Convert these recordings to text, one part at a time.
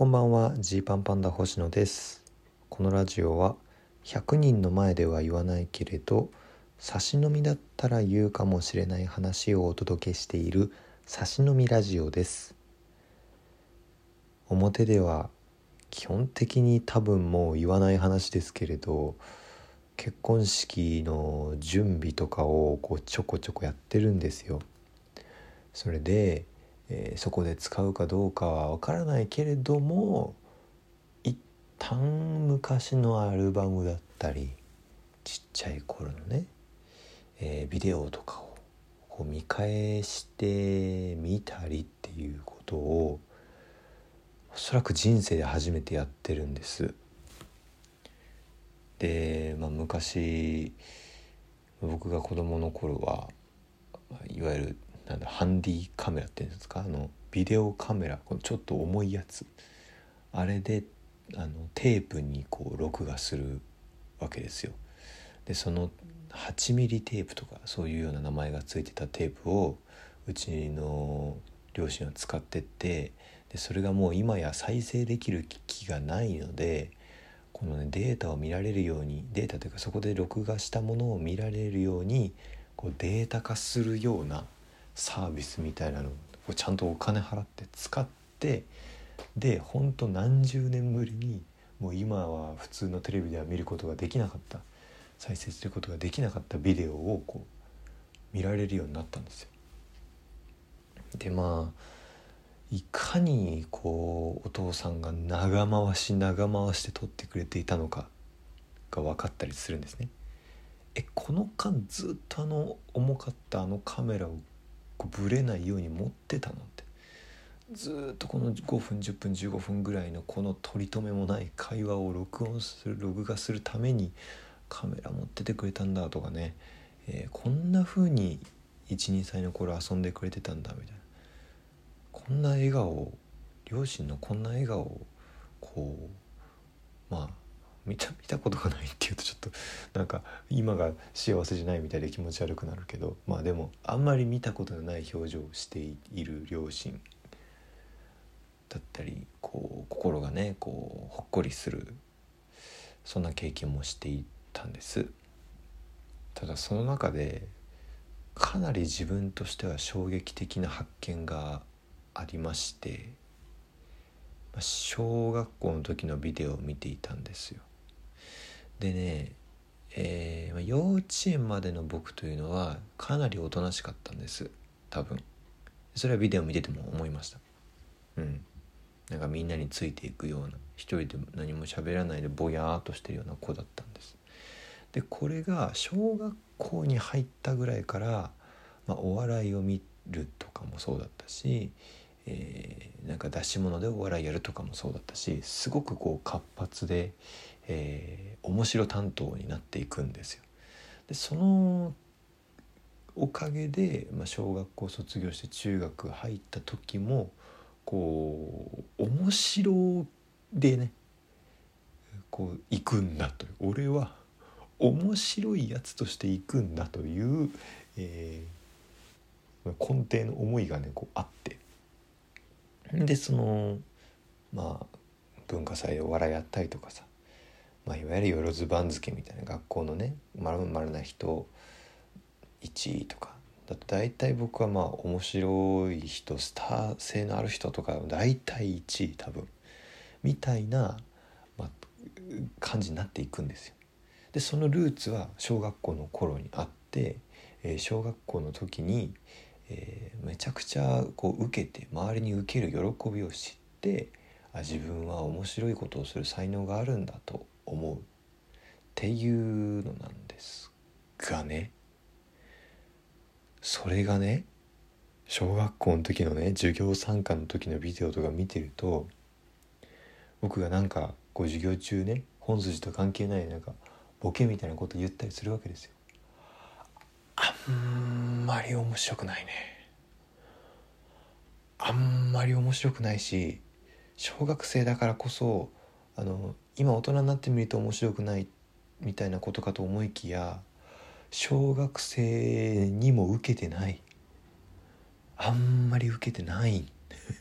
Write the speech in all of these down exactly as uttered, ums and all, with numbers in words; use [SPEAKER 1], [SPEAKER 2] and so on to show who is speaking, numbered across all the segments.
[SPEAKER 1] こんばんは、ジーパンパンダ星野です。このラジオはひゃくにんの前では言わないけれど差し飲みだったら言うかもしれない話をお届けしている差し飲みラジオです。表では基本的に多分もう言わない話ですけれど、結婚式の準備とかをこうちょこちょこやってるんですよ。それで、えー、そこで使うかどうかはわからないけれども、一旦昔のアルバムだったりちっちゃい頃のね、えー、ビデオとかをこう見返してみたりっていうことをおそらく人生で初めてやってるんです。で、まあ、昔僕が子供の頃はいわゆるなんだハンディカメラっていうんですか、あのビデオカメラ、このちょっと重いやつ、あれであのテープにこう録画するわけですよ。でそのはちミリテープとかそういうような名前がついてたテープをうちの両親は使ってって、でそれがもう今や再生できる機器がないので、この、ね、データを見られるように、データというかそこで録画したものを見られるようにこうデータ化するようなサービスみたいなのをちゃんとお金払って使って、でほんと何十年ぶりにもう今は普通のテレビでは見ることができなかった、再生することができなかったビデオをこう見られるようになったんですよ。でまあいかにこうお父さんが長回し長回して撮ってくれていたのかが分かったりするんですね。えこの間ずっとあの重かったあのカメラをこうブレないように持ってたのって、ずっとこのごふんじゅっぷんじゅうごふんぐらいのこの取り留めもない会話を録音する録画するためにカメラ持っててくれたんだとかね、えー、こんな風にいち、にさいの頃遊んでくれてたんだみたいな、こんな笑顔、両親のこんな笑顔をこうまあ見た見たことがないっていうとちょっとなんか今が幸せじゃないみたいで気持ち悪くなるけど、まあでもあんまり見たことのない表情をしている両親だったり、こう心がねこうほっこりする、そんな経験もしていたんです。ただその中でかなり自分としては衝撃的な発見がありまして、小学校の時のビデオを見ていたんですよ。でね、えー、幼稚園までの僕というのはかなりおとなしかったんです、多分。それはビデオ見てても思いました。うんなんかみんなについていくような、一人で何も喋らないでぼやーっとしてるような子だったんです。でこれが小学校に入ったぐらいから、まあ、お笑いを見るとかもそうだったし、えー、なんか出し物でお笑いやるとかもそうだったし、すごくこう活発で、えー、面白担当になっていくんですよ。でそのおかげで、まあ、小学校卒業して中学入った時もこう面白でねこう行くんだという、俺は面白いやつとして行くんだという、えー、根底の思いがねこうあって、でそのまあ文化祭でお笑いやったりとかさ、まあ、いわゆるよろず番付みたいな学校のねまるまるな人いちいとかだと大体僕はまあ面白い人、スター性のある人とか大体いちい多分みたいな、まあ、感じになっていくんですよ。でそのルーツは小学校の頃にあって、えー、小学校の時に、えー、めちゃくちゃこう受けて周りに受ける喜びを知って、あ自分は面白いことをする才能があるんだと思うっていうのなんですがね、それがね小学校の時のね授業参観の時のビデオとか見てると、僕がなんかこう授業中ね本筋と関係ないなんかボケみたいなこと言ったりするわけですよ。あんまり面白くないね。あんまり面白くないし、小学生だからこそあの今大人になってみると面白くないみたいなことかと思いきや、小学生にも受けてない、あんまり受けてない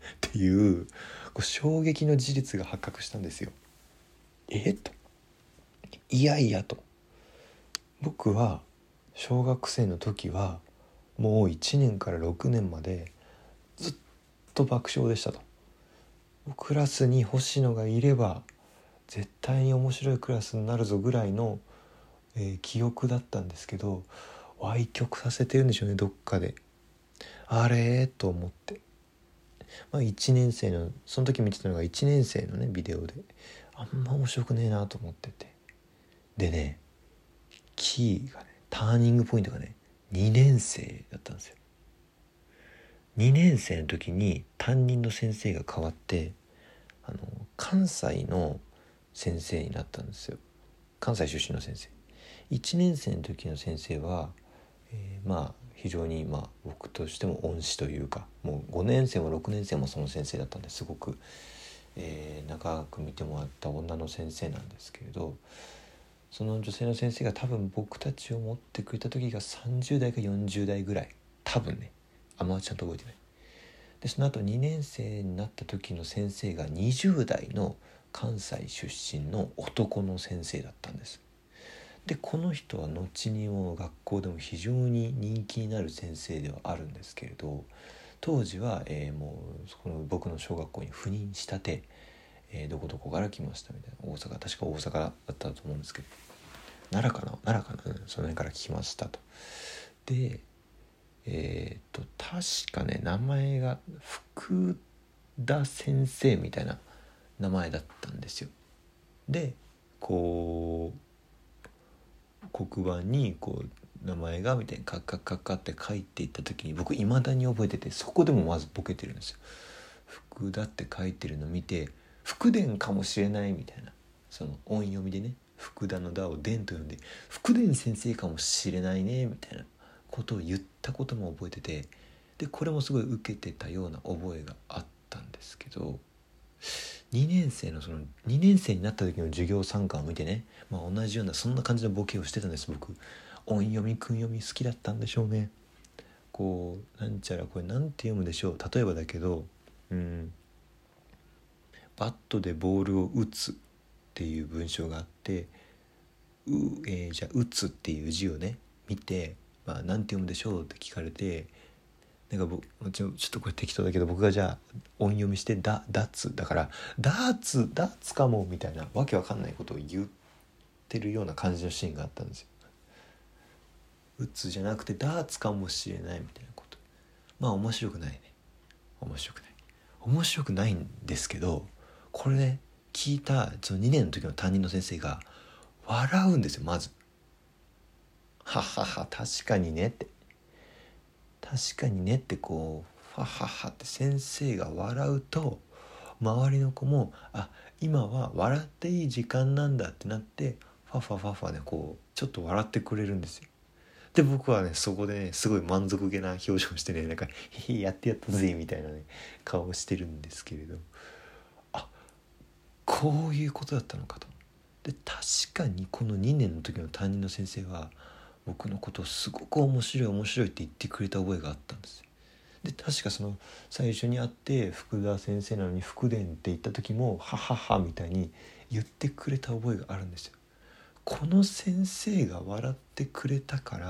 [SPEAKER 1] っていう、こう衝撃の事実が発覚したんですよ。えと、いやいやと、僕は小学生の時はもういちねんからろくねんまでずっと爆笑でしたと。クラスに星野がいれば絶対に面白いクラスになるぞぐらいの、えー、記憶だったんですけど、歪曲させてるんでしょうね、どっかで。あれと思って、まあ、いちねん生のその時見てたのがいちねん生のねビデオで、あんま面白くねえなと思ってて、でね、キーがね、ターニングポイントがねにねん生だったんですよ。にねん生の時に担任の先生が変わって、あの関西の先生になったんですよ。関西出身の先生。いちねん生の時の先生は、えー、まあ非常に、まあ、僕としても恩師というか、もうごねん生もろくねん生もその先生だったんですごく、えー、長く見てもらった女の先生なんですけれど、その女性の先生が多分僕たちを持ってくれた時がさんじゅう代かよんじゅう代ぐらい、多分ね、あんまちゃんと覚えてない。でその後にねん生になった時の先生がにじゅう代の関西出身の男の先生だったんです。でこの人は後にも学校でも非常に人気になる先生ではあるんですけれど、当時は、えー、もうこの僕の小学校に赴任したて、えー、どこどこから来ましたみたいな、大阪、確か大阪だったと思うんですけど、奈良かな奈良かな、うん、その辺から来ましたと。でえー、と確かね名前が福田先生みたいな名前だったんですよ。でこう黒板にこう名前がみたいにカッカッカッカッって書いていった時に、僕未だに覚えてて、そこでもまずボケてるんですよ。福田って書いてるの見て、福田かもしれないみたいな、その音読みでね、福田の田を田と呼んで福田先生かもしれないねみたいなことを言ったことも覚えてて、でこれもすごい受けてたような覚えがあったんですけど、にねん生のそのにねん生になった時の授業参観を見てね、まあ、同じようなそんな感じのボケをしてたんです。僕音読み訓読み好きだったんでしょうね。こうなんちゃらこれなんて読むでしょう、例えばだけど、うんバットでボールを打つっていう文章があって、う、えー、じゃあ打つっていう字をね見て、まあ、なんて読むでしょうって聞かれて、なんか僕ちょ、ちょっとこれ適当だけど、僕がじゃあ音読みしてダダッツだからダーツダーツかもみたいなわけわかんないことを言ってるような感じのシーンがあったんですよ。打つじゃなくてダーツかもしれないみたいなこと。まあ面白くないね。面白くない面白くないんですけど、これね聞いたそのにねんの時の担任の先生が笑うんですよ。まずははは確かにねって、確かにねってこうファハハって先生が笑うと、周りの子もあ今は笑っていい時間なんだってなって、ファファファファねこうちょっと笑ってくれるんですよ。で僕はねそこでねすごい満足げな表情してね、なんかへへやってやったぜみたいなね顔をしてるんですけれど、あこういうことだったのかと。で確かにこのにねんの時の担任の先生は僕のことをすごく面白い面白いって言ってくれた覚えがあったんですよ。で確かその最初に会って福田先生なのに福田って言った時もはははみたいに言ってくれた覚えがあるんですよ。この先生が笑ってくれたから、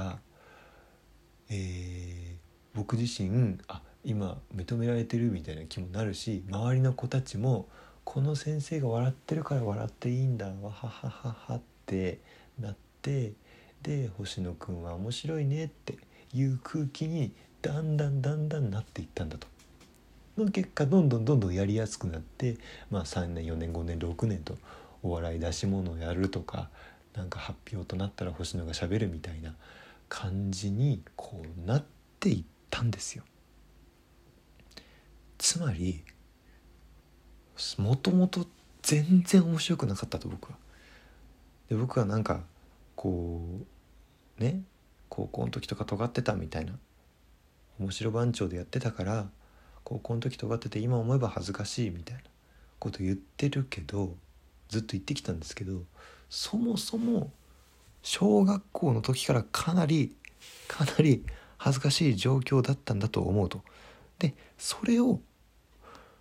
[SPEAKER 1] えー、僕自身あ今認められてるみたいな気もなるし、周りの子たちもこの先生が笑ってるから笑っていいんだわははははってなって、で星野くんは面白いねっていう空気にだんだんだんだんなっていったんだと。の結果どんどんどんどんやりやすくなって、まあ、さんねんよねんごねんろくねんとお笑い出し物をやるとか、なんか発表となったら星野がしゃべるみたいな感じにこうなっていったんですよ。つまりもともと全然面白くなかったと僕は。で僕はなんかこうね高校の時とか尖ってたみたいな、面白番長でやってたから高校の時尖ってて今思えば恥ずかしいみたいなこと言ってるけど、ずっと言ってきたんですけど、そもそも小学校の時からかなりかなり恥ずかしい状況だったんだと思うと。でそれを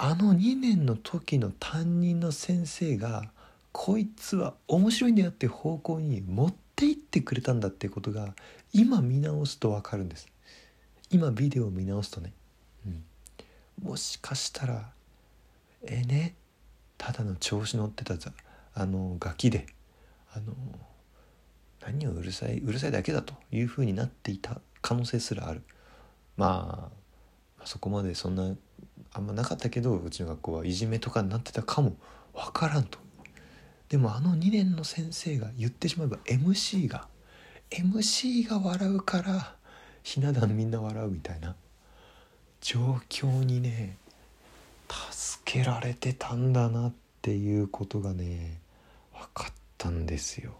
[SPEAKER 1] あのにねんの時の担任の先生がこいつは面白いんだよっていう方向に持っていってくれたんだっていうことが今見直すと分かるんです。今ビデオを見直すとね、うん、もしかしたらえねただの調子乗ってたざあのガキであの何をうるさいうるさいだけだという風になっていた可能性すらある。まあそこまでそんなあんまなかったけど、うちの学校はいじめとかになってたかもわからんと。でもあのにねんの先生が言ってしまえば エムシー が エムシー が笑うからひな壇みんな笑うみたいな状況にね助けられてたんだなっていうことがね分かったんですよ。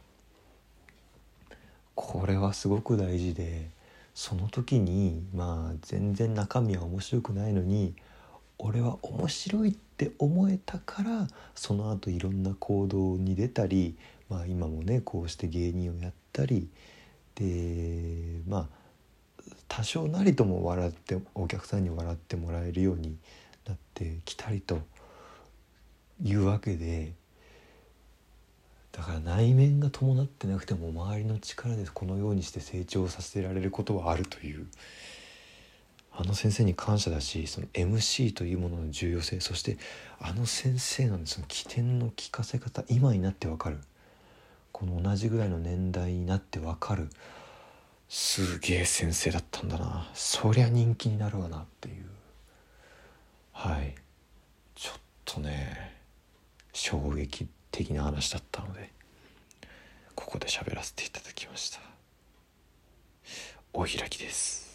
[SPEAKER 1] これはすごく大事で、その時にまあ全然中身は面白くないのに俺は面白いって思えたからその後いろんな行動に出たり、まあ今もねこうして芸人をやったりで、まあ多少なりとも笑ってお客さんに笑ってもらえるようになってきたりというわけで、だから内面が伴ってなくても周りの力でこのようにして成長させられることはあるという、あの先生に感謝だし、その エムシー というものの重要性、そしてあの先生のその起点の聞かせ方、今になってわかる、この同じぐらいの年代になってわかる、すげえ先生だったんだな、そりゃ人気になるわなっていう、はいちょっとね衝撃的な話だったのでここで喋らせていただきました。お開きです。